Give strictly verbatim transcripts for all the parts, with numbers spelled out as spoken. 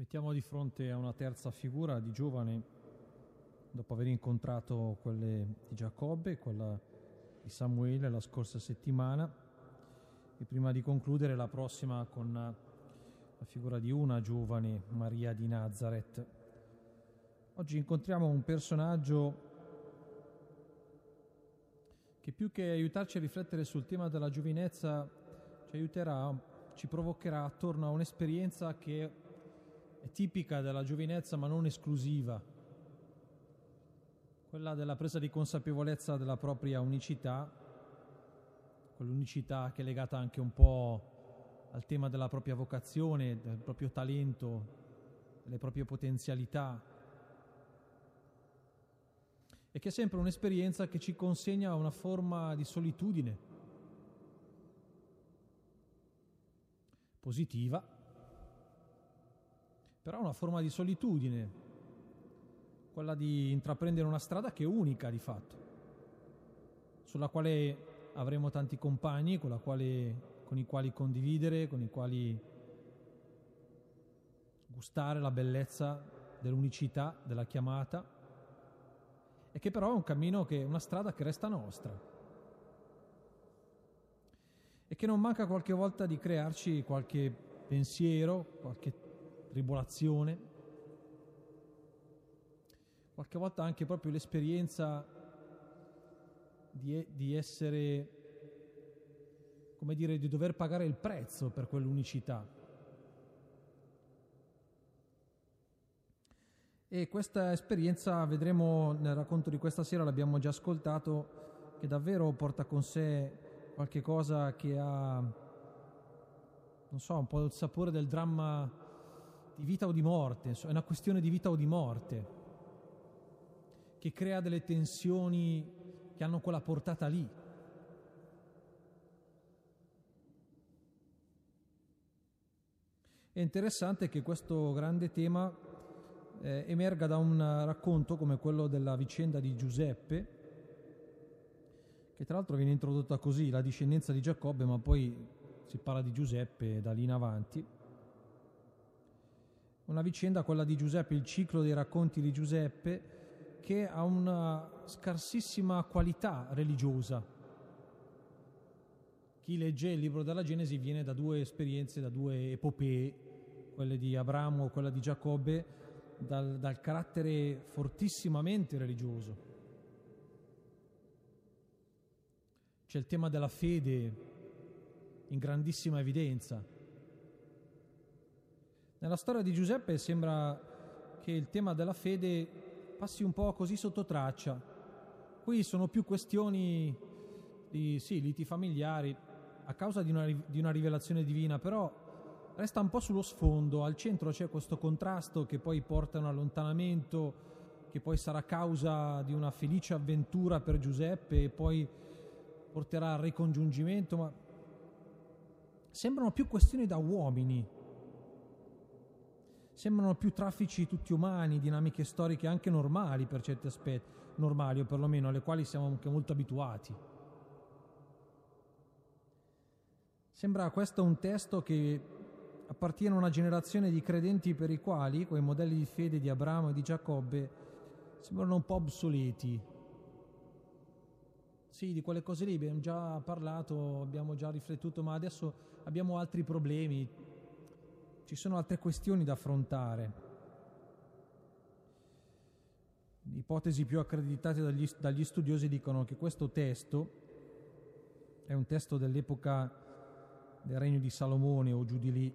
Mettiamo di fronte a una terza figura di giovane, dopo aver incontrato quelle di Giacobbe, quella di Samuele la scorsa settimana, e prima di concludere la prossima con la figura di una giovane, Maria di Nazareth. Oggi incontriamo un personaggio che, più che aiutarci a riflettere sul tema della giovinezza, ci aiuterà, ci provocherà attorno a un'esperienza che è tipica della giovinezza ma non esclusiva, quella della presa di consapevolezza della propria unicità, quell'unicità che è legata anche un po' al tema della propria vocazione, del proprio talento, delle proprie potenzialità, e che è sempre un'esperienza che ci consegna una forma di solitudine positiva, però una forma di solitudine, quella di intraprendere una strada che è unica di fatto, sulla quale avremo tanti compagni, con, la quale, con i quali condividere, con i quali gustare la bellezza dell'unicità, della chiamata, e che però è un cammino, che è una strada che resta nostra e che non manca qualche volta di crearci qualche pensiero, qualche tribolazione, qualche volta anche proprio l'esperienza di, di essere, come dire, di dover pagare il prezzo per quell'unicità. E questa esperienza, vedremo nel racconto di questa sera, l'abbiamo già ascoltato, che davvero porta con sé qualche cosa che ha, non so, un po' il sapore del dramma di vita o di morte, è una questione di vita o di morte, che crea delle tensioni che hanno quella portata lì. È interessante che questo grande tema eh, emerga da un racconto come quello della vicenda di Giuseppe, che tra l'altro viene introdotta così, la discendenza di Giacobbe, ma poi si parla di Giuseppe da lì in avanti. Una vicenda, quella di Giuseppe, il ciclo dei racconti di Giuseppe, che ha una scarsissima qualità religiosa. Chi legge il libro della Genesi viene da due esperienze, da due epopee, quelle di Abramo e quella di Giacobbe, dal, dal carattere fortissimamente religioso. C'è il tema della fede in grandissima evidenza. Nella storia di Giuseppe sembra che il tema della fede passi un po' così sotto traccia. Qui sono più questioni di sì, liti familiari a causa di una, di una rivelazione divina, però resta un po' sullo sfondo. Al centro c'è questo contrasto che poi porta a un allontanamento, che poi sarà causa di una felice avventura per Giuseppe e poi porterà al ricongiungimento, ma sembrano più questioni da uomini. Sembrano più traffici tutti umani, dinamiche storiche anche normali per certi aspetti, normali o perlomeno alle quali siamo anche molto abituati. Sembra questo un testo che appartiene a una generazione di credenti per i quali quei modelli di fede di Abramo e di Giacobbe sembrano un po' obsoleti. Sì, di quelle cose lì abbiamo già parlato, abbiamo già riflettuto, ma adesso abbiamo altri problemi. Ci sono altre questioni da affrontare. Ipotesi più accreditate dagli, dagli studiosi dicono che questo testo è un testo dell'epoca del regno di Salomone o giù di lì,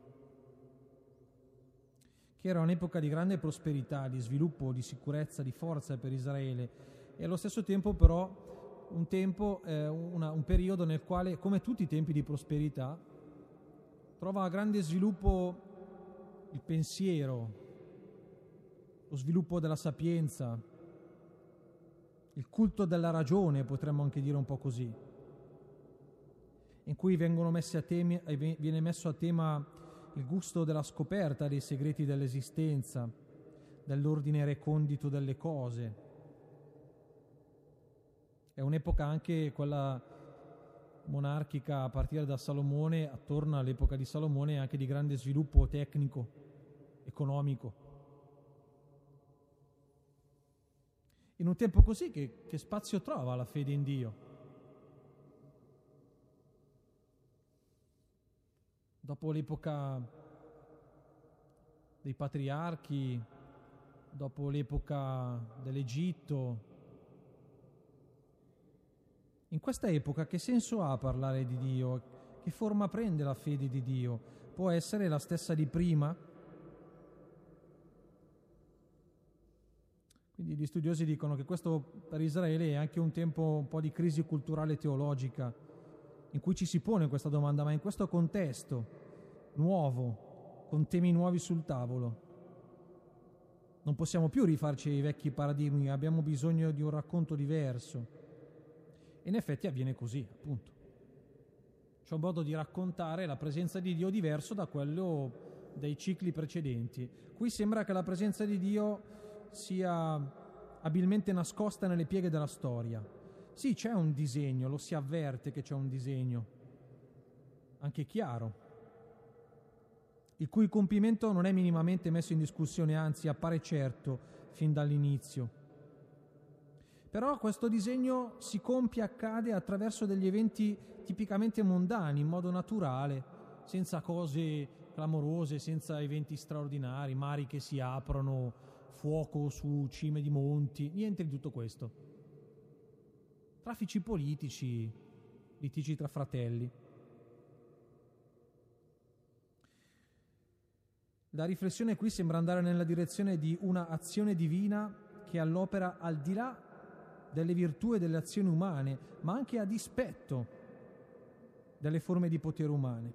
che era un'epoca di grande prosperità, di sviluppo, di sicurezza, di forza per Israele, e allo stesso tempo però un tempo, eh, una, un periodo nel quale, come tutti i tempi di prosperità, trova grande sviluppo il pensiero, lo sviluppo della sapienza, il culto della ragione, potremmo anche dire un po' così, in cui vengono messi a temi, viene messo a tema il gusto della scoperta dei segreti dell'esistenza, dell'ordine recondito delle cose. È un'epoca anche quella monarchica a partire da Salomone, attorno all'epoca di Salomone, anche di grande sviluppo tecnico economico. In un tempo così che, che spazio trova la fede in Dio? Dopo l'epoca dei patriarchi, dopo l'epoca dell'Egitto, in questa epoca che senso ha parlare di Dio? Che forma prende la fede di Dio? Può essere la stessa di prima? Quindi gli studiosi dicono che questo per Israele è anche un tempo un po' di crisi culturale e teologica, in cui ci si pone questa domanda: ma in questo contesto nuovo, con temi nuovi sul tavolo, non possiamo più rifarci ai vecchi paradigmi, abbiamo bisogno di un racconto diverso. E in effetti avviene così, appunto. C'è un modo di raccontare la presenza di Dio diverso da quello dei cicli precedenti. Qui sembra che la presenza di Dio sia abilmente nascosta nelle pieghe della storia. Sì, c'è un disegno, lo si avverte che c'è un disegno, anche chiaro, il cui compimento non è minimamente messo in discussione, anzi appare certo fin dall'inizio. Però questo disegno si compie, accade attraverso degli eventi tipicamente mondani, in modo naturale, senza cose clamorose, senza eventi straordinari, mari che si aprono, fuoco su cime di monti, niente di tutto questo. Traffici politici, litigi tra fratelli. La riflessione qui sembra andare nella direzione di una azione divina che è all'opera al di là delle virtù e delle azioni umane, ma anche a dispetto delle forme di potere umane.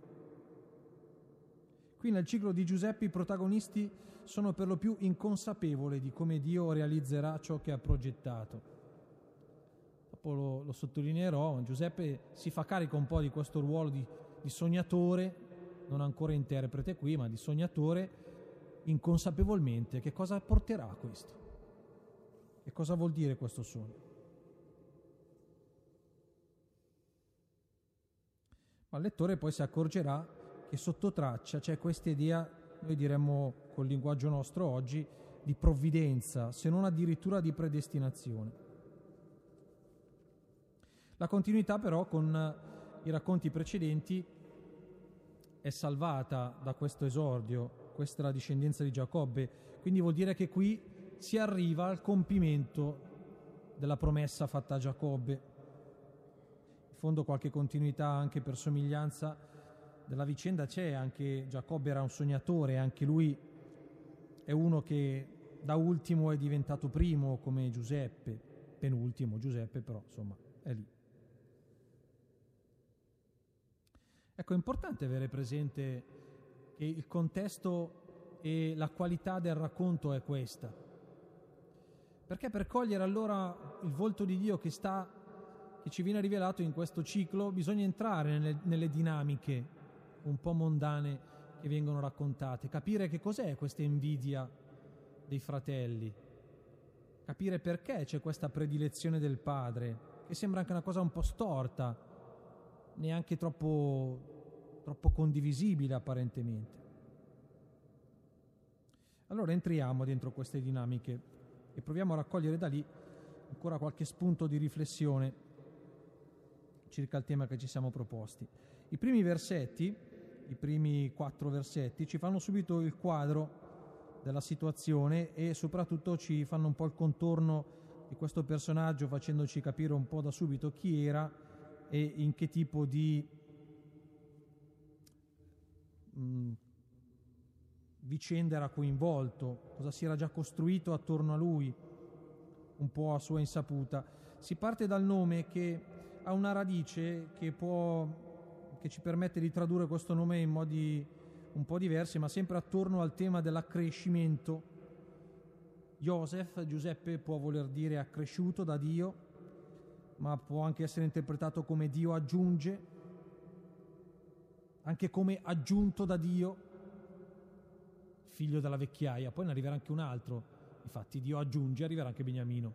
Qui nel ciclo di Giuseppe i protagonisti sono per lo più inconsapevoli di come Dio realizzerà ciò che ha progettato. Dopo lo, lo sottolineerò, Giuseppe si fa carico un po' di questo ruolo di, di sognatore, non ancora interprete qui, ma di sognatore inconsapevolmente. Che cosa porterà questo? Che cosa vuol dire questo sogno? Ma il lettore poi si accorgerà che sotto traccia c'è questa idea, noi diremmo col linguaggio nostro oggi, di provvidenza, se non addirittura di predestinazione. La continuità però con i racconti precedenti è salvata da questo esordio, questa è la discendenza di Giacobbe, quindi vuol dire che qui si arriva al compimento della promessa fatta a Giacobbe. In fondo qualche continuità anche per somiglianza della vicenda c'è, anche Giacobbe era un sognatore, anche lui è uno che da ultimo è diventato primo come Giuseppe, penultimo Giuseppe però insomma è lì. Ecco, è importante avere presente che il contesto e la qualità del racconto è questa, perché per cogliere allora il volto di Dio che sta, che ci viene rivelato in questo ciclo, bisogna entrare nelle, nelle dinamiche un po' mondane che vengono raccontate, capire che cos'è questa invidia dei fratelli, capire perché c'è questa predilezione del padre, che sembra anche una cosa un po' storta, neanche troppo, troppo condivisibile apparentemente. Allora entriamo dentro queste dinamiche e proviamo a raccogliere da lì ancora qualche spunto di riflessione circa il tema che ci siamo proposti. I primi versetti, i primi quattro versetti, ci fanno subito il quadro della situazione e soprattutto ci fanno un po' il contorno di questo personaggio, facendoci capire un po' da subito chi era e in che tipo di mh, vicenda era coinvolto, cosa si era già costruito attorno a lui, un po' a sua insaputa. Si parte dal nome che ha una radice che può, che ci permette di tradurre questo nome in modi un po' diversi, ma sempre attorno al tema dell'accrescimento. Joseph, Giuseppe può voler dire accresciuto da Dio, ma può anche essere interpretato come Dio aggiunge, anche come aggiunto da Dio, figlio della vecchiaia. Poi ne arriverà anche un altro, infatti Dio aggiunge, arriverà anche Beniamino.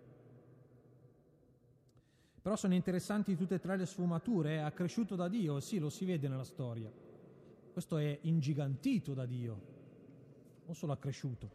Però sono interessanti tutte e tre le sfumature, è accresciuto da Dio, sì, lo si vede nella storia. Questo è ingigantito da Dio, non solo accresciuto.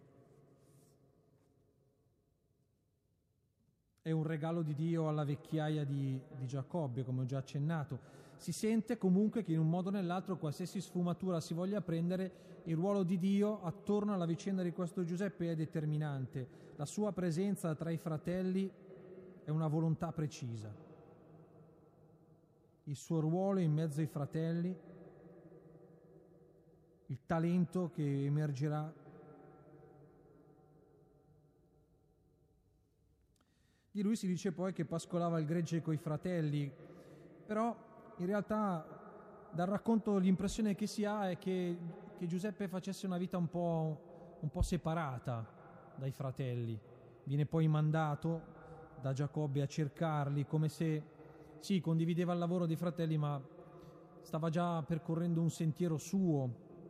È un regalo di Dio alla vecchiaia di, di Giacobbe, come ho già accennato. Si sente comunque che in un modo o nell'altro, qualsiasi sfumatura si voglia prendere, il ruolo di Dio attorno alla vicenda di questo Giuseppe è determinante. La sua presenza tra i fratelli è una volontà precisa. Il suo ruolo in mezzo ai fratelli, il talento che emergerà. Di lui si dice poi che pascolava il gregge coi fratelli, però in realtà dal racconto l'impressione che si ha è che, che Giuseppe facesse una vita un po', un po' separata dai fratelli. Viene poi mandato da Giacobbe a cercarli, come se, sì, condivideva il lavoro dei fratelli, ma stava già percorrendo un sentiero suo.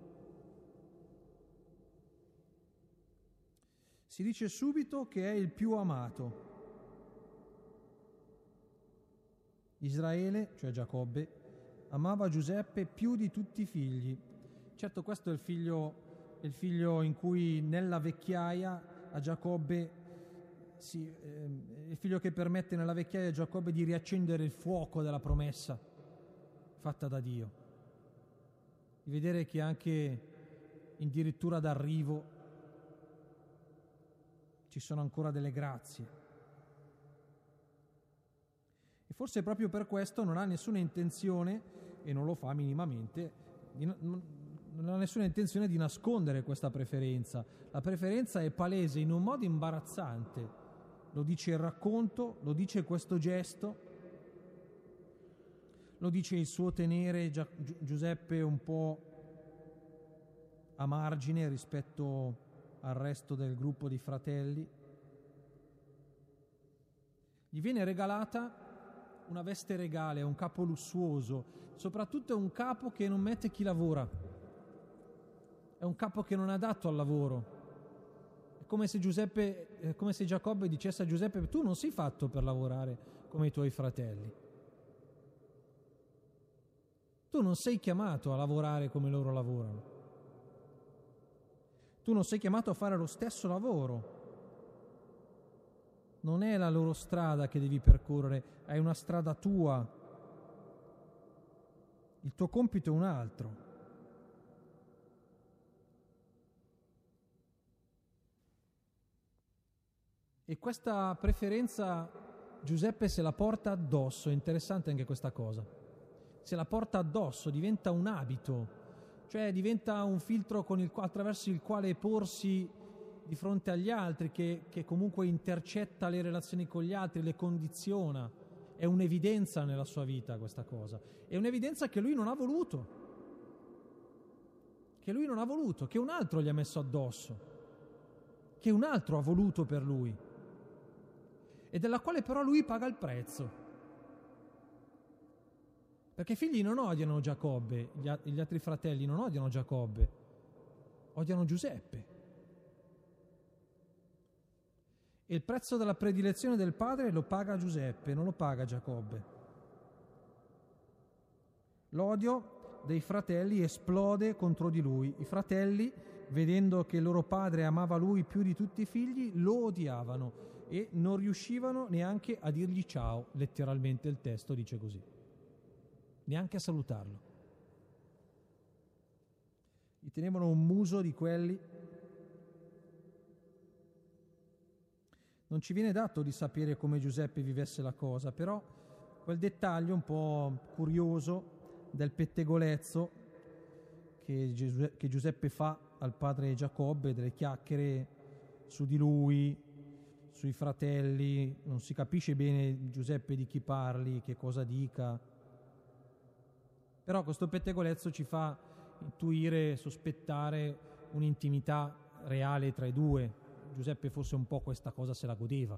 Si dice subito che è il più amato. Israele, cioè Giacobbe, amava Giuseppe più di tutti i figli. Certo, questo è il figlio, il figlio in cui nella vecchiaia a Giacobbe, si, eh, il figlio che permette nella vecchiaia a Giacobbe di riaccendere il fuoco della promessa fatta da Dio, di vedere che anche addirittura d'arrivo ci sono ancora delle grazie. E forse proprio per questo non ha nessuna intenzione, e non lo fa minimamente, di, non ha nessuna intenzione di nascondere questa preferenza. La preferenza è palese in un modo imbarazzante. Lo dice il racconto, lo dice questo gesto, lo dice il suo tenere Gia- Giuseppe un po' a margine rispetto al resto del gruppo di fratelli. Gli viene regalata una veste regale, un capo lussuoso, soprattutto è un capo che non mette chi lavora, è un capo che non è adatto al lavoro. È come se Giuseppe, è come se Giacobbe dicesse a Giuseppe: tu non sei fatto per lavorare come i tuoi fratelli, tu non sei chiamato a lavorare come loro lavorano, tu non sei chiamato a fare lo stesso lavoro. Non è la loro strada che devi percorrere, è una strada tua. Il tuo compito è un altro. E questa preferenza Giuseppe se la porta addosso, è interessante anche questa cosa. Se la porta addosso, diventa un abito, cioè diventa un filtro con il, attraverso il quale porsi di fronte agli altri, che, che comunque intercetta le relazioni con gli altri, le condiziona. È un'evidenza nella sua vita questa cosa. È un'evidenza che lui non ha voluto, che lui non ha voluto, che un altro gli ha messo addosso, che un altro ha voluto per lui e della quale però lui paga il prezzo. Perché i figli non odiano Giacobbe, gli, gli altri fratelli non odiano Giacobbe, odiano Giuseppe. E il prezzo della predilezione del padre lo paga Giuseppe, non lo paga Giacobbe. L'odio dei fratelli esplode contro di lui. I fratelli, vedendo che il loro padre amava lui più di tutti i figli, lo odiavano e non riuscivano neanche a dirgli ciao, letteralmente il testo dice così, neanche a salutarlo. Gli tenevano un muso di quelli. Non ci viene dato di sapere come Giuseppe vivesse la cosa, però quel dettaglio un po' curioso del pettegolezzo che, Giuseppe, che Giuseppe fa al padre Giacobbe, delle chiacchiere su di lui, sui fratelli, non si capisce bene Giuseppe di chi parli, che cosa dica, però questo pettegolezzo ci fa intuire, sospettare un'intimità reale tra i due. Giuseppe forse un po' questa cosa se la godeva.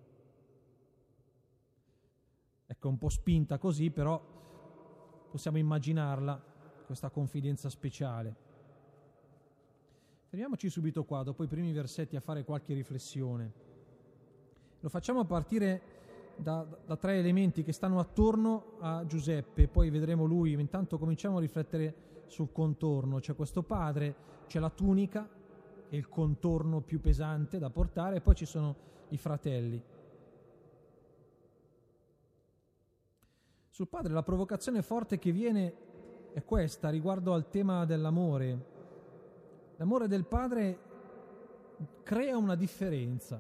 Ecco, un po' spinta così, però possiamo immaginarla, questa confidenza speciale. Fermiamoci subito qua, dopo i primi versetti, a fare qualche riflessione. Lo facciamo a partire da, da tre elementi che stanno attorno a Giuseppe, poi vedremo lui. Intanto cominciamo a riflettere sul contorno. C'è questo padre, c'è la tunica, che è il contorno più pesante da portare, e poi ci sono i fratelli. Sul padre la provocazione forte che viene è questa, riguardo al tema dell'amore. L'amore del padre crea una differenza,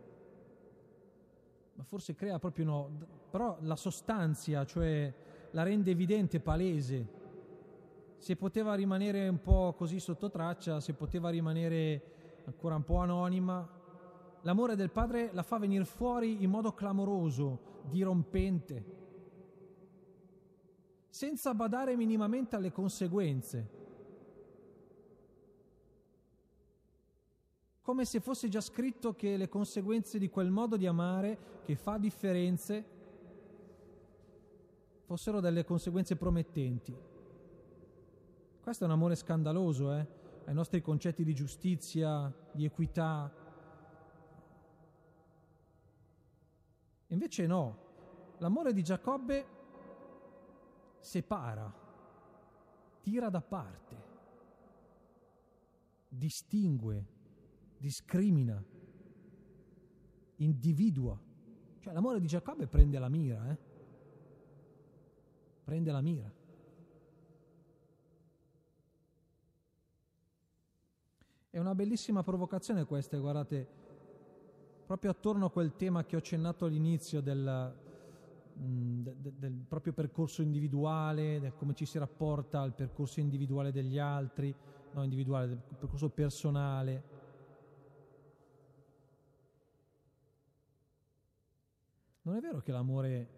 ma forse crea proprio no, però la sostanzia, cioè la rende evidente, palese. Se poteva rimanere un po' così sotto traccia, se poteva rimanere ancora un po' anonima, l'amore del padre la fa venire fuori in modo clamoroso, dirompente, senza badare minimamente alle conseguenze, come se fosse già scritto che le conseguenze di quel modo di amare, che fa differenze, fossero delle conseguenze promettenti. Questo è un amore scandaloso, eh? Ai nostri concetti di giustizia, di equità. Invece no, l'amore di Giacobbe separa, tira da parte, distingue, discrimina, individua. Cioè l'amore di Giacobbe prende la mira, eh? Prende la mira. È una bellissima provocazione questa, guardate, proprio attorno a quel tema che ho accennato all'inizio del, del, del proprio percorso individuale, del come ci si rapporta al percorso individuale degli altri, no, individuale, del percorso personale. Non è vero che l'amore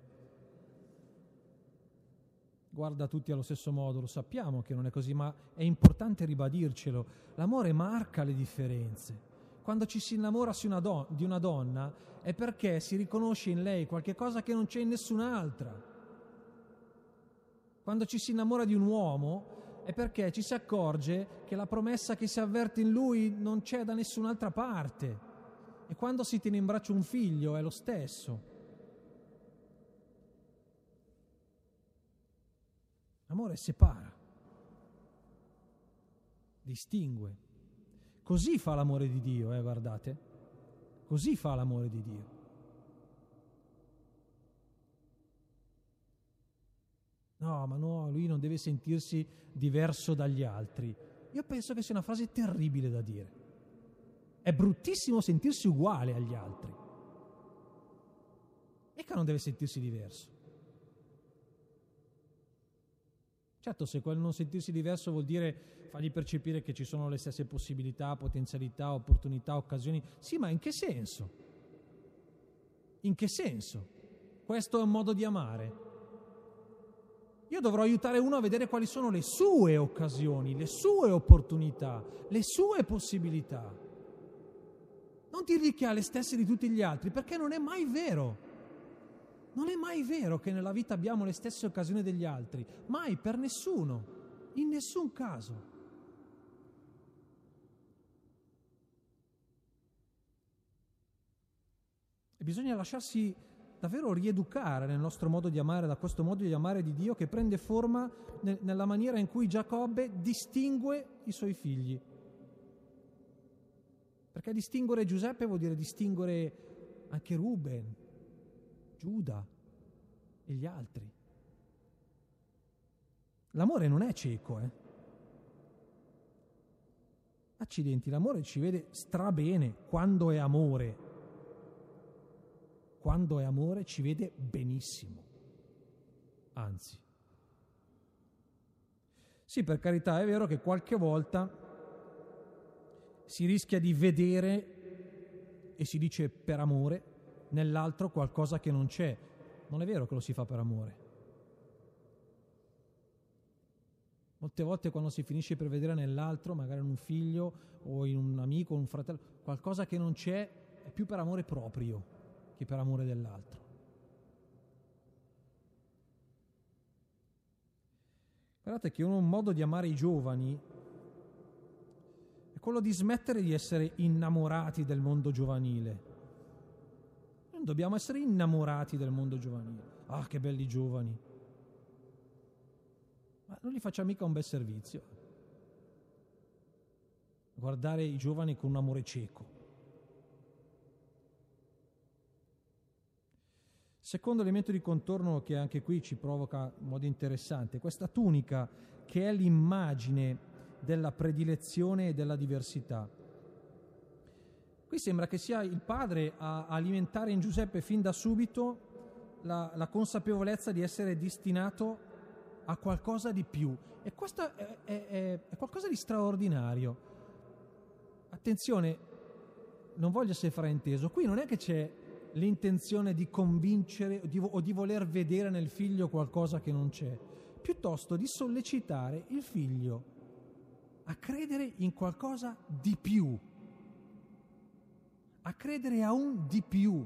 guarda tutti allo stesso modo, lo sappiamo che non è così, ma è importante ribadircelo. L'amore marca le differenze. Quando ci si innamora di una, do- di una donna è perché si riconosce in lei qualche cosa che non c'è in nessun'altra. Quando ci si innamora di un uomo è perché ci si accorge che la promessa che si avverte in lui non c'è da nessun'altra parte. E quando si tiene in braccio un figlio è lo stesso. L'amore separa, distingue. Così fa l'amore di Dio, eh, guardate. Così fa l'amore di Dio. No, ma no, lui non deve sentirsi diverso dagli altri. Io penso che sia una frase terribile da dire. È bruttissimo sentirsi uguale agli altri. Mica non deve sentirsi diverso. Certo, se quel non sentirsi diverso vuol dire fargli percepire che ci sono le stesse possibilità, potenzialità, opportunità, occasioni. Sì, ma in che senso? In che senso? Questo è un modo di amare? Io dovrò aiutare uno a vedere quali sono le sue occasioni, le sue opportunità, le sue possibilità. Non dirgli che ha le stesse di tutti gli altri, perché non è mai vero. Non è mai vero che nella vita abbiamo le stesse occasioni degli altri, mai, per nessuno, in nessun caso. E bisogna lasciarsi davvero rieducare nel nostro modo di amare, da questo modo di amare di Dio che prende forma ne- nella maniera in cui Giacobbe distingue i suoi figli. Perché distinguere Giuseppe vuol dire distinguere anche Ruben, Giuda e gli altri. L'amore non è cieco, eh. Accidenti, l'amore ci vede strabene quando è amore. Quando è amore ci vede benissimo. Anzi. Sì, per carità, è vero che qualche volta si rischia di vedere e si dice per amore nell'altro qualcosa che non c'è. Non è vero che lo si fa per amore. Molte volte quando si finisce per vedere nell'altro, magari in un figlio o in un amico o un fratello, qualcosa che non c'è, è più per amore proprio che per amore dell'altro. Guardate che un modo di amare i giovani è quello di smettere di essere innamorati del mondo giovanile. Dobbiamo essere innamorati del mondo giovanile. Ah, che belli giovani. Ma non gli facciamo mica un bel servizio. guardare i giovani con un amore cieco. Secondo elemento di contorno che anche qui ci provoca in modo interessante, questa tunica che è l'immagine della predilezione e della diversità. Qui sembra che sia il padre a alimentare in Giuseppe fin da subito la, la consapevolezza di essere destinato a qualcosa di più. E questo è, è, è, è qualcosa di straordinario. Attenzione, non voglio essere frainteso, qui non è che c'è l'intenzione di convincere o di, o di voler vedere nel figlio qualcosa che non c'è, piuttosto di sollecitare il figlio a credere in qualcosa di più, a credere a un di più,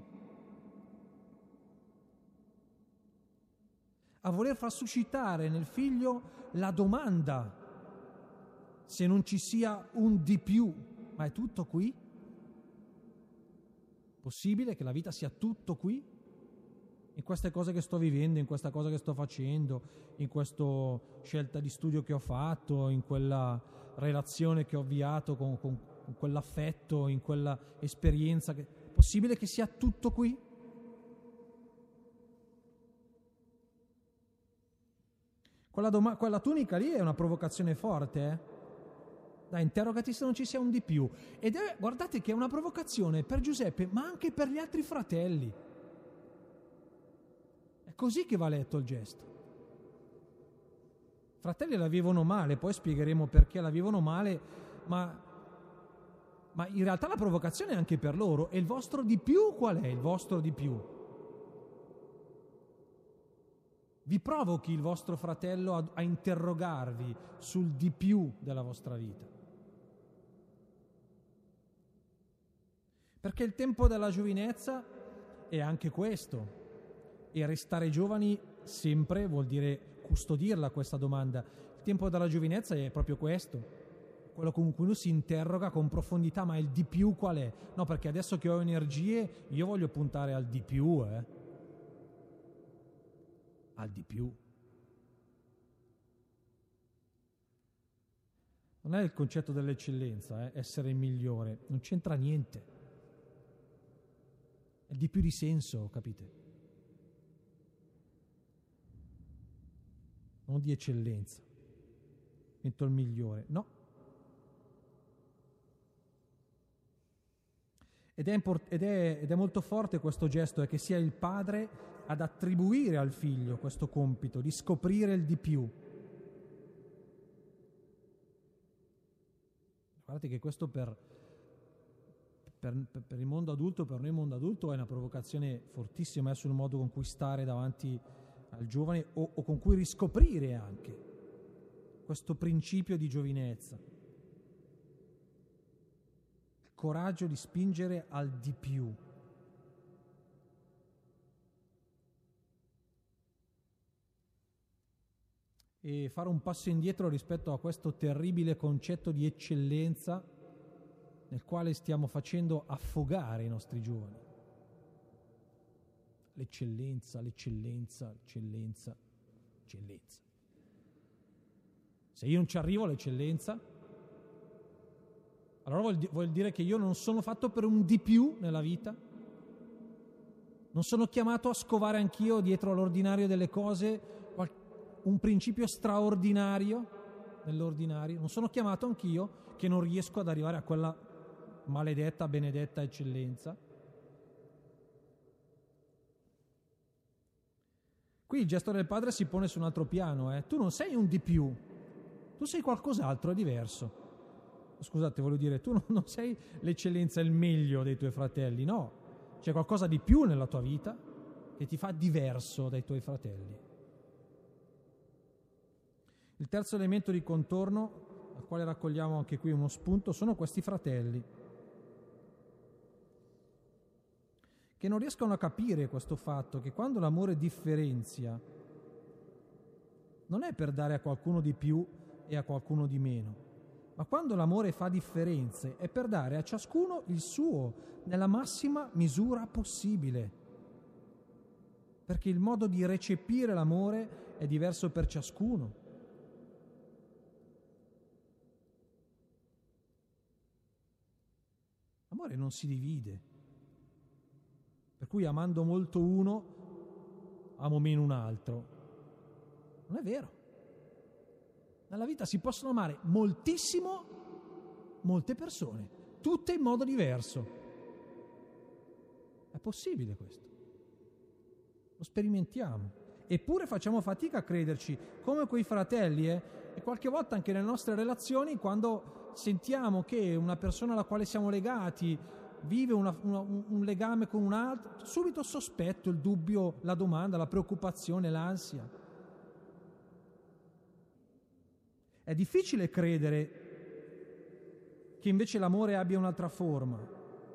a voler far suscitare nel figlio la domanda se non ci sia un di più. Ma è tutto qui? Possibile che la vita sia tutto qui? In queste cose che sto vivendo, in questa cosa che sto facendo, in questa scelta di studio che ho fatto, in quella relazione che ho avviato con, con, con quell'affetto, in quella esperienza. Che... Possibile che sia tutto qui? Quella, doma- quella tunica lì è una provocazione forte, eh? Dai, interrogati se non ci sia un di più. Ed è, guardate che è una provocazione per Giuseppe, ma anche per gli altri fratelli. È così che va letto il gesto. I fratelli la vivono male, poi spiegheremo perché la vivono male, ma, ma in realtà la provocazione è anche per loro. E il vostro di più qual è? Il vostro di più? Vi provochi il vostro fratello a, a interrogarvi sul di più della vostra vita. Perché il tempo della giovinezza è anche questo. E restare giovani sempre vuol dire custodirla questa domanda. Il tempo della giovinezza è proprio questo. Quello con cui uno si interroga con profondità, ma il di più qual è? No, perché adesso che ho energie io voglio puntare al di più, eh. Al di più. Non è il concetto dell'eccellenza, eh, essere il migliore, non c'entra niente. È di più di senso, capite? Non di eccellenza. Divento il migliore, no. Ed è, import- ed, è, ed è molto forte questo gesto, è che sia il padre ad attribuire al figlio questo compito di scoprire il di più. Guardate che questo per, per, per il mondo adulto, per noi mondo adulto, è una provocazione fortissima, è sul modo con cui stare davanti al giovane o, o con cui riscoprire anche questo principio di giovinezza. Il coraggio di spingere al di più. E fare un passo indietro rispetto a questo terribile concetto di eccellenza nel quale stiamo facendo affogare i nostri giovani. L'eccellenza, l'eccellenza, l'eccellenza, l'eccellenza. Se io non ci arrivo all'eccellenza, allora vuol, di- vuol dire che io non sono fatto per un di più nella vita? Non sono chiamato a scovare anch'io dietro all'ordinario delle cose un principio straordinario nell'ordinario? Non sono chiamato anch'io che non riesco ad arrivare a quella maledetta, benedetta eccellenza? Qui il gesto del padre si pone su un altro piano, eh. Tu non sei un di più, tu sei qualcos'altro, è diverso. Scusate, voglio dire, tu non sei l'eccellenza, il meglio dei tuoi fratelli, no. C'è qualcosa di più nella tua vita che ti fa diverso dai tuoi fratelli. Il terzo elemento di contorno, al quale raccogliamo anche qui uno spunto, sono questi fratelli, che non riescono a capire questo fatto, che quando l'amore differenzia, non è per dare a qualcuno di più e a qualcuno di meno, ma quando l'amore fa differenze è per dare a ciascuno il suo, nella massima misura possibile, perché il modo di recepire l'amore è diverso per ciascuno. L'amore non si divide. Per cui amando molto uno, amo meno un altro. Non è vero. Nella vita si possono amare moltissimo molte persone, tutte in modo diverso. È possibile questo. Lo sperimentiamo. Eppure facciamo fatica a crederci, come quei fratelli, eh? E qualche volta anche nelle nostre relazioni, quando sentiamo che una persona alla quale siamo legati vive una, una, un legame con un altro, subito il sospetto, il dubbio, la domanda, la preoccupazione, l'ansia. È difficile credere che invece l'amore abbia un'altra forma.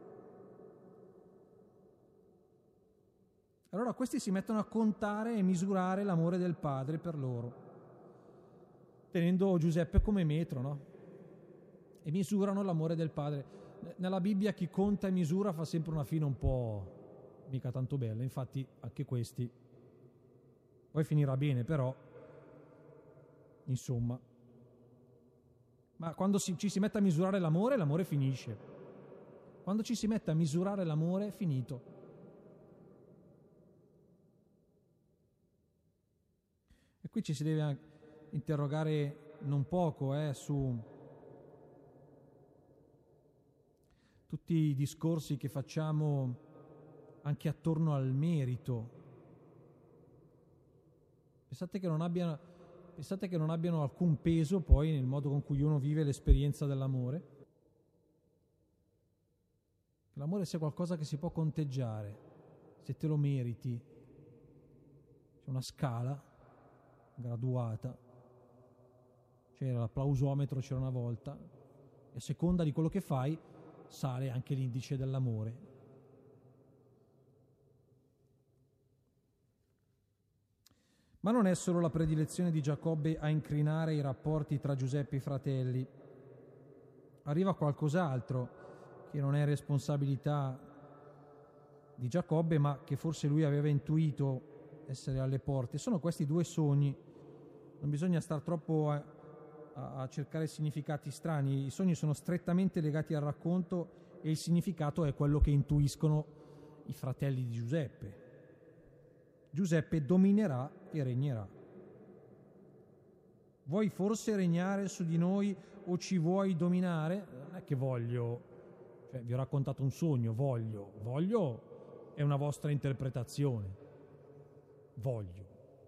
Allora questi si mettono a contare e misurare l'amore del padre per loro, tenendo Giuseppe come metro, no? E misurano l'amore del padre. Nella Bibbia chi conta e misura fa sempre una fine un po' mica tanto bella, infatti anche questi poi finirà bene, però insomma. Ma quando si, ci si mette a misurare l'amore, l'amore finisce. Quando ci si mette a misurare l'amore è finito. E qui ci si deve interrogare non poco eh, su tutti i discorsi che facciamo anche attorno al merito. Pensate che non abbiano, pensate che non abbiano alcun peso poi nel modo con cui uno vive l'esperienza dell'amore? Che l'amore sia qualcosa che si può conteggiare, se te lo meriti. C'è una scala graduata, c'era l'applausometro, c'era una volta, e a seconda di quello che fai sale anche l'indice dell'amore. Ma non è solo la predilezione di Giacobbe a incrinare i rapporti tra Giuseppe e i fratelli. Arriva qualcos'altro che non è responsabilità di Giacobbe, ma che forse lui aveva intuito essere alle porte. Sono questi due sogni. Non bisogna star troppo a, a, a cercare significati strani. I sogni sono strettamente legati al racconto e il significato è quello che intuiscono i fratelli di Giuseppe. Giuseppe dominerà e regnerà. Vuoi forse regnare su di noi o ci vuoi dominare? Non è che voglio, cioè vi ho raccontato un sogno, voglio, voglio è una vostra interpretazione, voglio.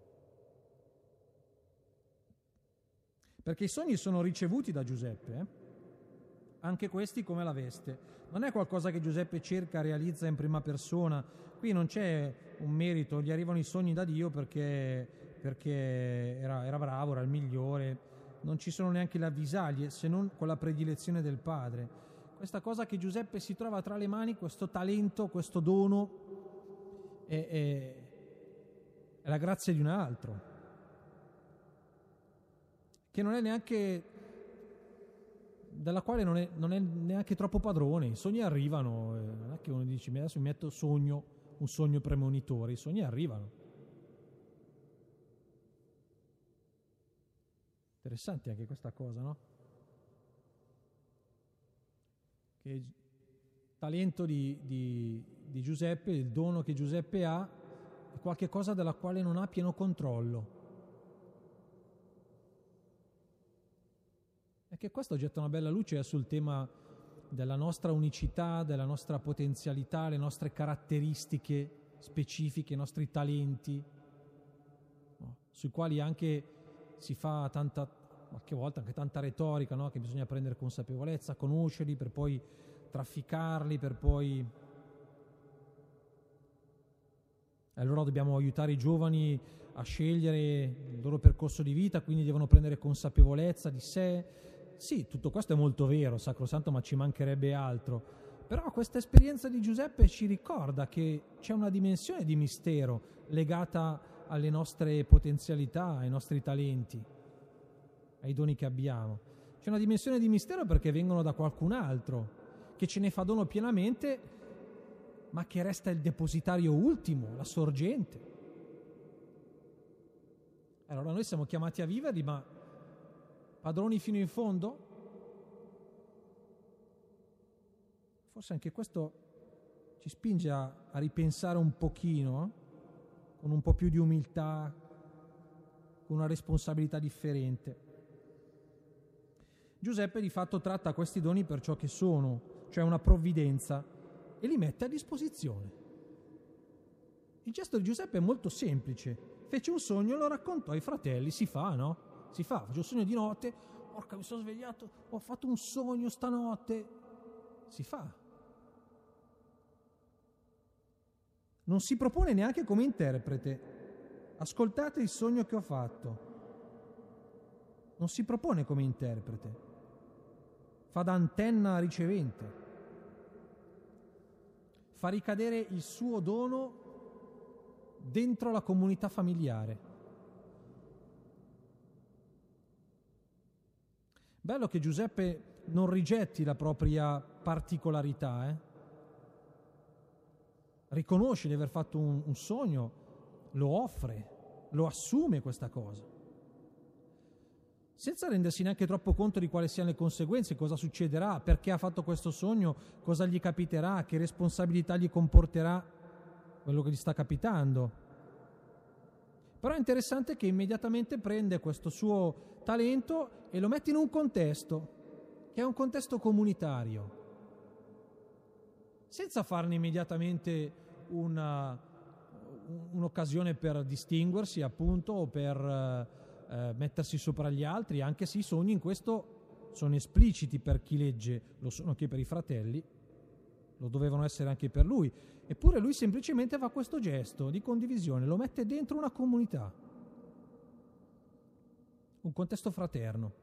Perché i sogni sono ricevuti da Giuseppe, eh? Anche questi come la veste. Non è qualcosa che Giuseppe cerca, realizza in prima persona. Qui non c'è un merito, gli arrivano i sogni da Dio perché, perché era, era bravo, era il migliore. Non ci sono neanche le avvisaglie, se non con la predilezione del padre. Questa cosa che Giuseppe si trova tra le mani, questo talento, questo dono, è, è, è la grazia di un altro, che non è neanche, della quale non è, non è neanche troppo padrone. I sogni arrivano, eh, non è che uno dice adesso mi metto sogno, un sogno premonitore, i sogni arrivano. Interessante anche questa cosa, no? Che il talento di, di, di Giuseppe, il dono che Giuseppe ha, è qualche cosa della quale non ha pieno controllo. E che questo getta una bella luce sul tema della nostra unicità, della nostra potenzialità, le nostre caratteristiche specifiche, i nostri talenti, no? Sui quali anche si fa tanta, qualche volta anche tanta retorica, no? Che bisogna prendere consapevolezza, conoscerli per poi trafficarli, per poi... Allora dobbiamo aiutare i giovani a scegliere il loro percorso di vita, quindi devono prendere consapevolezza di sé. Sì, tutto questo è molto vero, sacrosanto, ma ci mancherebbe altro. Però questa esperienza di Giuseppe ci ricorda che c'è una dimensione di mistero legata alle nostre potenzialità, ai nostri talenti, ai doni che abbiamo. C'è una dimensione di mistero perché vengono da qualcun altro, che ce ne fa dono pienamente, ma che resta il depositario ultimo, la sorgente. Allora noi siamo chiamati a viverli, ma padroni fino in fondo? forse anche questo ci spinge a, a ripensare un pochino, eh? Con un po' più di umiltà, con una responsabilità differente. Giuseppe di fatto tratta questi doni per ciò che sono, cioè una provvidenza, e li mette a disposizione. Il gesto di Giuseppe è molto semplice. Fece un sogno e lo raccontò ai fratelli. Si fa, no? Si fa. Faccio un sogno di notte. Porca, mi sono svegliato, ho fatto un sogno stanotte. Si fa. Non si propone neanche come interprete. Ascoltate il sogno che ho fatto. Non si propone come interprete. Fa da antenna ricevente. Fa ricadere il suo dono dentro la comunità familiare. Bello che Giuseppe non rigetti la propria particolarità, eh? Riconosce di aver fatto un, un sogno, lo offre, lo assume questa cosa, senza rendersi neanche troppo conto di quali siano le conseguenze, cosa succederà, perché ha fatto questo sogno, cosa gli capiterà, che responsabilità gli comporterà quello che gli sta capitando. Però è interessante che immediatamente prende questo suo talento e lo mette in un contesto, che è un contesto comunitario, senza farne immediatamente una, un'occasione per distinguersi, appunto, o per eh, mettersi sopra gli altri, anche se i sogni in questo sono espliciti per chi legge, lo sono anche per i fratelli, lo dovevano essere anche per lui. Eppure lui semplicemente fa questo gesto di condivisione, lo mette dentro una comunità, un contesto fraterno.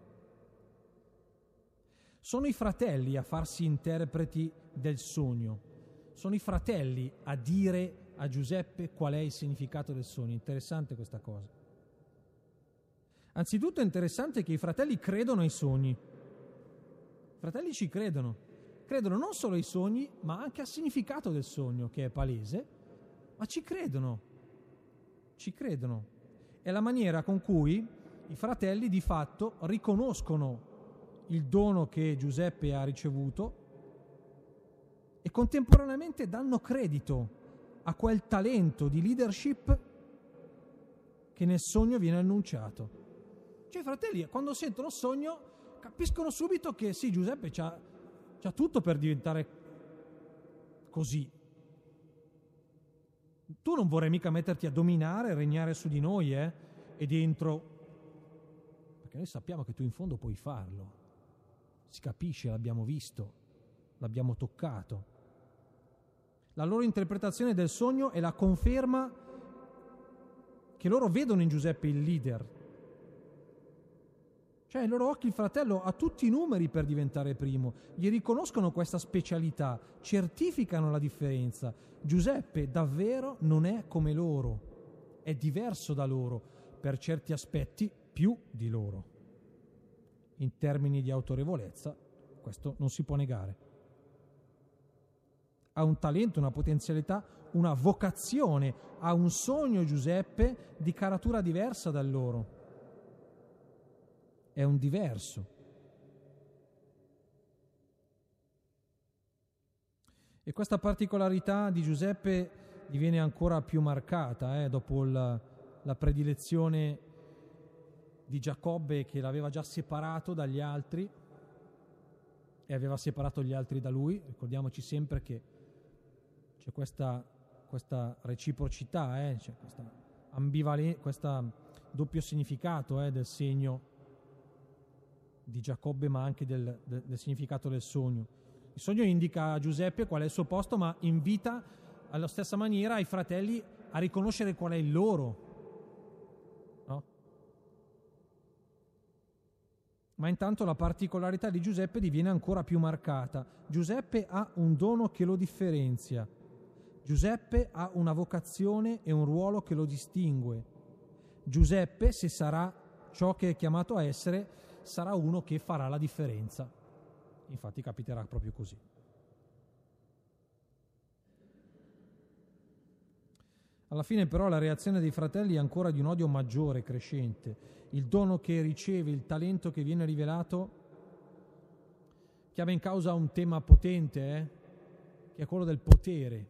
Sono i fratelli a farsi interpreti del sogno, sono i fratelli a dire a Giuseppe qual è il significato del sogno. Interessante questa cosa. Anzitutto è interessante che i fratelli credono ai sogni. I fratelli ci credono. Credono non solo ai sogni, ma anche al significato del sogno, che è palese, ma ci credono. Ci credono. È la maniera con cui i fratelli di fatto riconoscono il dono che Giuseppe ha ricevuto e contemporaneamente danno credito a quel talento di leadership che nel sogno viene annunciato. Cioè i fratelli, quando sentono il sogno, capiscono subito che sì, Giuseppe c'ha, c'ha tutto per diventare così. Tu non vorrai mica metterti a dominare, regnare su di noi, eh? E dentro, perché noi sappiamo che tu in fondo puoi farlo. Si capisce, l'abbiamo visto, l'abbiamo toccato. La loro interpretazione del sogno è la conferma che loro vedono in Giuseppe il leader. Cioè, ai loro occhi il fratello ha tutti i numeri per diventare primo, gli riconoscono questa specialità, certificano la differenza. Giuseppe davvero non è come loro, è diverso da loro, per certi aspetti più di loro. In termini di autorevolezza, questo non si può negare. Ha un talento, una potenzialità, una vocazione, ha un sogno Giuseppe di caratura diversa dal loro. È un diverso. E questa particolarità di Giuseppe diviene ancora più marcata eh, dopo la, la predilezione di Giacobbe, che l'aveva già separato dagli altri e aveva separato gli altri da lui. Ricordiamoci sempre che c'è questa, questa reciprocità, eh, c'è questa ambivalenza, questo doppio significato eh, del segno di Giacobbe, ma anche del, del, del significato del sogno. Il sogno indica a Giuseppe qual è il suo posto, ma invita alla stessa maniera i fratelli a riconoscere qual è il loro. No? Ma intanto la particolarità di Giuseppe diviene ancora più marcata. Giuseppe ha un dono che lo differenzia. Giuseppe ha una vocazione e un ruolo che lo distingue. Giuseppe, se sarà ciò che è chiamato a essere, sarà uno che farà la differenza. Infatti capiterà proprio così. Alla fine però la reazione dei fratelli è ancora di un odio maggiore, crescente. Il dono che riceve, il talento che viene rivelato, chiama in causa un tema potente, eh? che è quello del potere.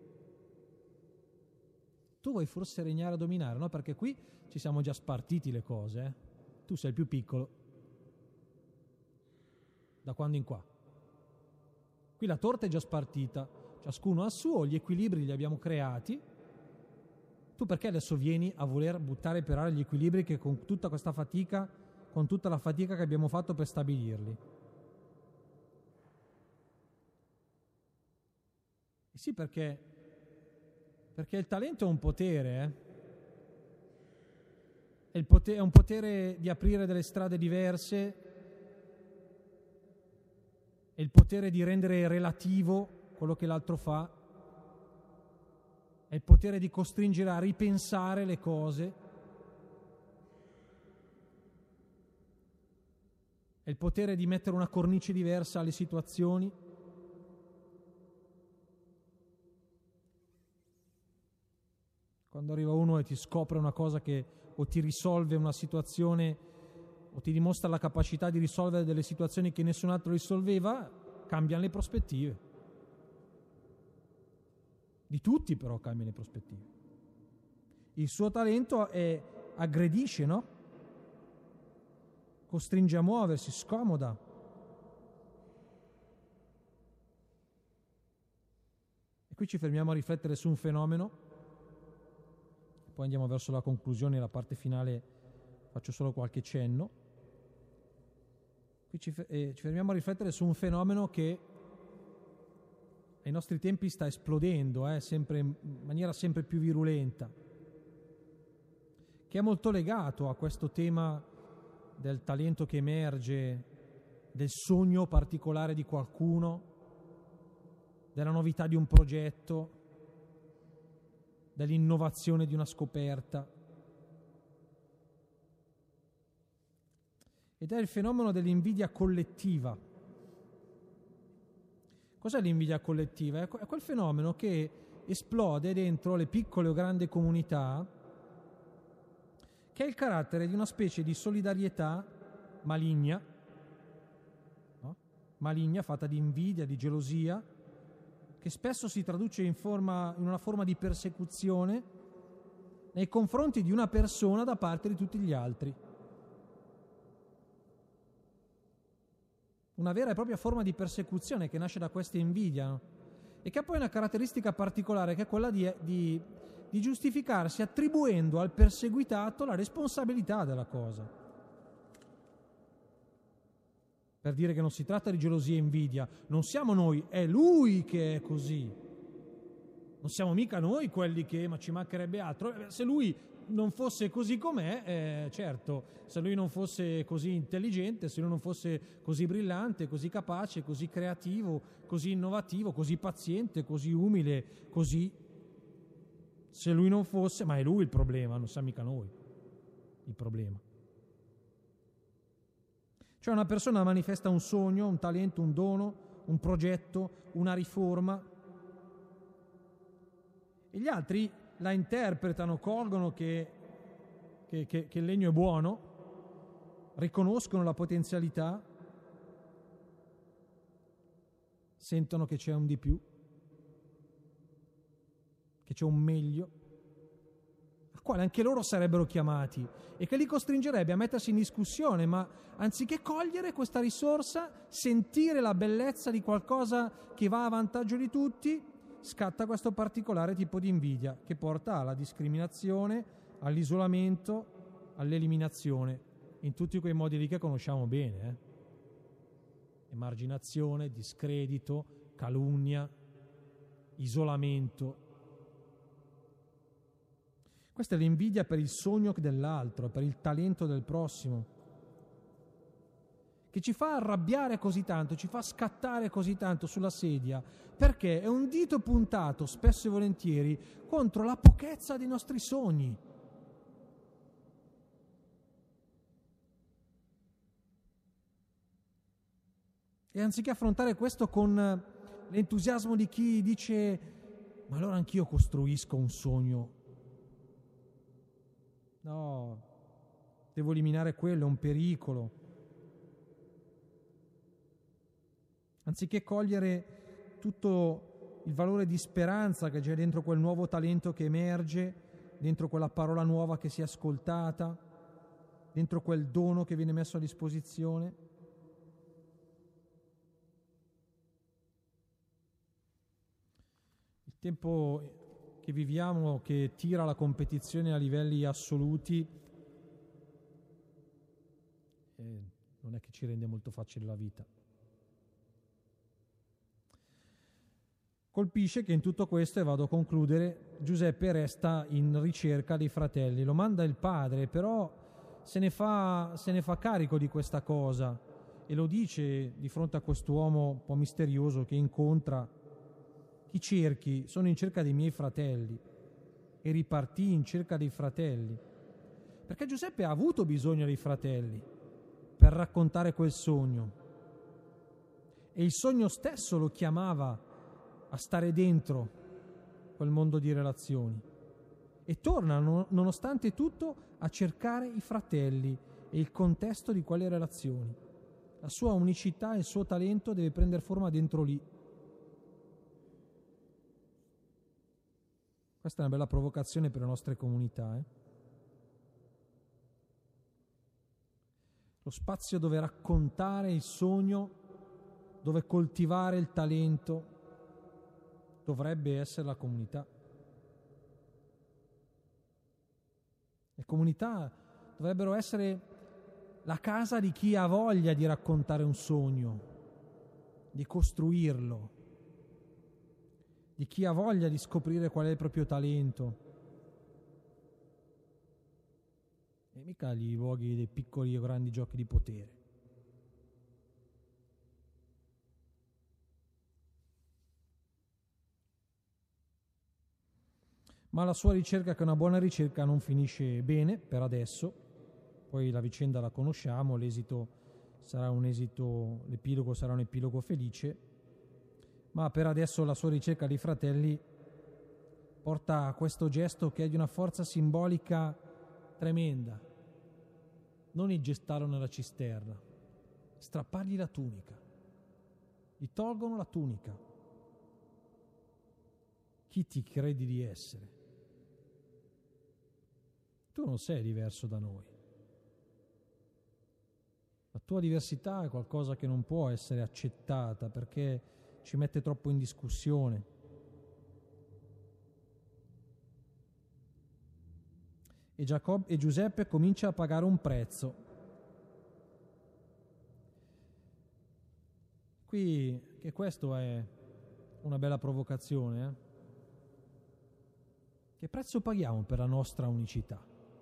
Tu vuoi forse regnare a dominare, no? Perché qui ci siamo già spartiti le cose, eh? Tu sei il più piccolo. Da quando in qua? Qui la torta è già spartita, ciascuno ha il suo, gli equilibri li abbiamo creati. Tu perché adesso vieni a voler buttare per aria gli equilibri che con tutta questa fatica, con tutta la fatica che abbiamo fatto per stabilirli? E sì, perché, perché il talento è un potere, eh? È, il potere, è un potere di aprire delle strade diverse, è il potere di rendere relativo quello che l'altro fa, è il potere di costringere a ripensare le cose, è il potere di mettere una cornice diversa alle situazioni. Quando arriva uno e ti scopre una cosa che o ti risolve una situazione o ti dimostra la capacità di risolvere delle situazioni che nessun altro risolveva, cambiano le prospettive. Di tutti però cambiano le prospettive. Il suo talento è aggredisce, no? Costringe a muoversi, scomoda. E qui ci fermiamo a riflettere su un fenomeno, poi andiamo verso la conclusione, la parte finale faccio solo qualche cenno. Qui ci, eh, ci fermiamo a riflettere su un fenomeno che ai nostri tempi sta esplodendo, eh, sempre, in maniera sempre più virulenta, che è molto legato a questo tema del talento che emerge, del sogno particolare di qualcuno, della novità di un progetto, dell'innovazione di una scoperta. Ed è il fenomeno dell'invidia collettiva. Cos'è l'invidia collettiva? È quel fenomeno che esplode dentro le piccole o grandi comunità, che ha il carattere di una specie di solidarietà maligna, no? Maligna, fatta di invidia, di gelosia, che spesso si traduce in, forma, in una forma di persecuzione nei confronti di una persona da parte di tutti gli altri. Una vera e propria forma di persecuzione che nasce da questa invidia, no? E che ha poi una caratteristica particolare, che è quella di, di, di giustificarsi attribuendo al perseguitato la responsabilità della cosa. Per dire che non si tratta di gelosia e invidia, non siamo noi, è lui che è così. Non siamo mica noi quelli che, ma ci mancherebbe altro. Se lui non fosse così com'è, eh, certo, se lui non fosse così intelligente, se lui non fosse così brillante, così capace, così creativo, così innovativo, così paziente, così umile, così, se lui non fosse, ma è lui il problema, non siamo mica noi il problema. Cioè una persona manifesta un sogno, un talento, un dono, un progetto, una riforma, e gli altri la interpretano, colgono che, che, che, che il legno è buono, riconoscono la potenzialità, sentono che c'è un di più, che c'è un meglio, al quale anche loro sarebbero chiamati, e che li costringerebbe a mettersi in discussione, ma anziché cogliere questa risorsa, sentire la bellezza di qualcosa che va a vantaggio di tutti, scatta questo particolare tipo di invidia che porta alla discriminazione, all'isolamento, all'eliminazione, in tutti quei modi lì che conosciamo bene. Eh? Emarginazione, discredito, calunnia, isolamento. Questa è l'invidia per il sogno dell'altro, per il talento del prossimo, che ci fa arrabbiare così tanto, ci fa scattare così tanto sulla sedia, perché è un dito puntato, spesso e volentieri, contro la pochezza dei nostri sogni. E anziché affrontare questo con l'entusiasmo di chi dice ma allora anch'io costruisco un sogno. No, devo eliminare quello, è un pericolo. Anziché cogliere tutto il valore di speranza che c'è dentro quel nuovo talento che emerge, dentro quella parola nuova che si è ascoltata, dentro quel dono che viene messo a disposizione. Il tempo che viviamo, che tira la competizione a livelli assoluti, eh, non è che ci rende molto facile la vita. Colpisce che in tutto questo, e vado a concludere, Giuseppe resta in ricerca dei fratelli. Lo manda il padre, però se ne fa, se ne fa carico di questa cosa e lo dice di fronte a quest'uomo un po' misterioso che incontra. Chi cerchi? Sono in cerca dei miei fratelli. E ripartì in cerca dei fratelli. Perché Giuseppe ha avuto bisogno dei fratelli per raccontare quel sogno. E il sogno stesso lo chiamava a stare dentro quel mondo di relazioni, e torna nonostante tutto a cercare i fratelli e il contesto di quelle relazioni. La sua unicità e il suo talento deve prendere forma dentro lì. Questa è una bella provocazione per le nostre comunità. Eh? Lo spazio dove raccontare il sogno, dove coltivare il talento, dovrebbe essere la comunità. Le comunità dovrebbero essere la casa di chi ha voglia di raccontare un sogno, di costruirlo, di chi ha voglia di scoprire qual è il proprio talento. E mica gli luoghi dei piccoli o grandi giochi di potere. Ma la sua ricerca, che è una buona ricerca, non finisce bene per adesso. Poi la vicenda la conosciamo, l'esito sarà un esito, l'epilogo sarà un epilogo felice, ma per adesso la sua ricerca dei fratelli porta a questo gesto che è di una forza simbolica tremenda. Non il gestarlo nella cisterna, strappargli la tunica. Gli tolgono la tunica. Chi ti credi di essere? Tu non sei diverso da noi. La tua diversità è qualcosa che non può essere accettata perché ci mette troppo in discussione. E, Giacobbe, e Giuseppe comincia a pagare un prezzo. Qui, che questo è una bella provocazione, eh? Che prezzo paghiamo per la nostra unicità?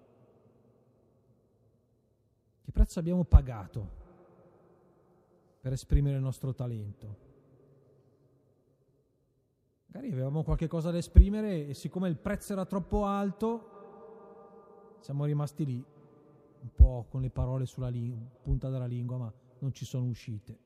Che prezzo abbiamo pagato per esprimere il nostro talento? Magari avevamo qualche cosa da esprimere e siccome il prezzo era troppo alto siamo rimasti lì un po' con le parole sulla ling- punta della lingua, ma non ci sono uscite.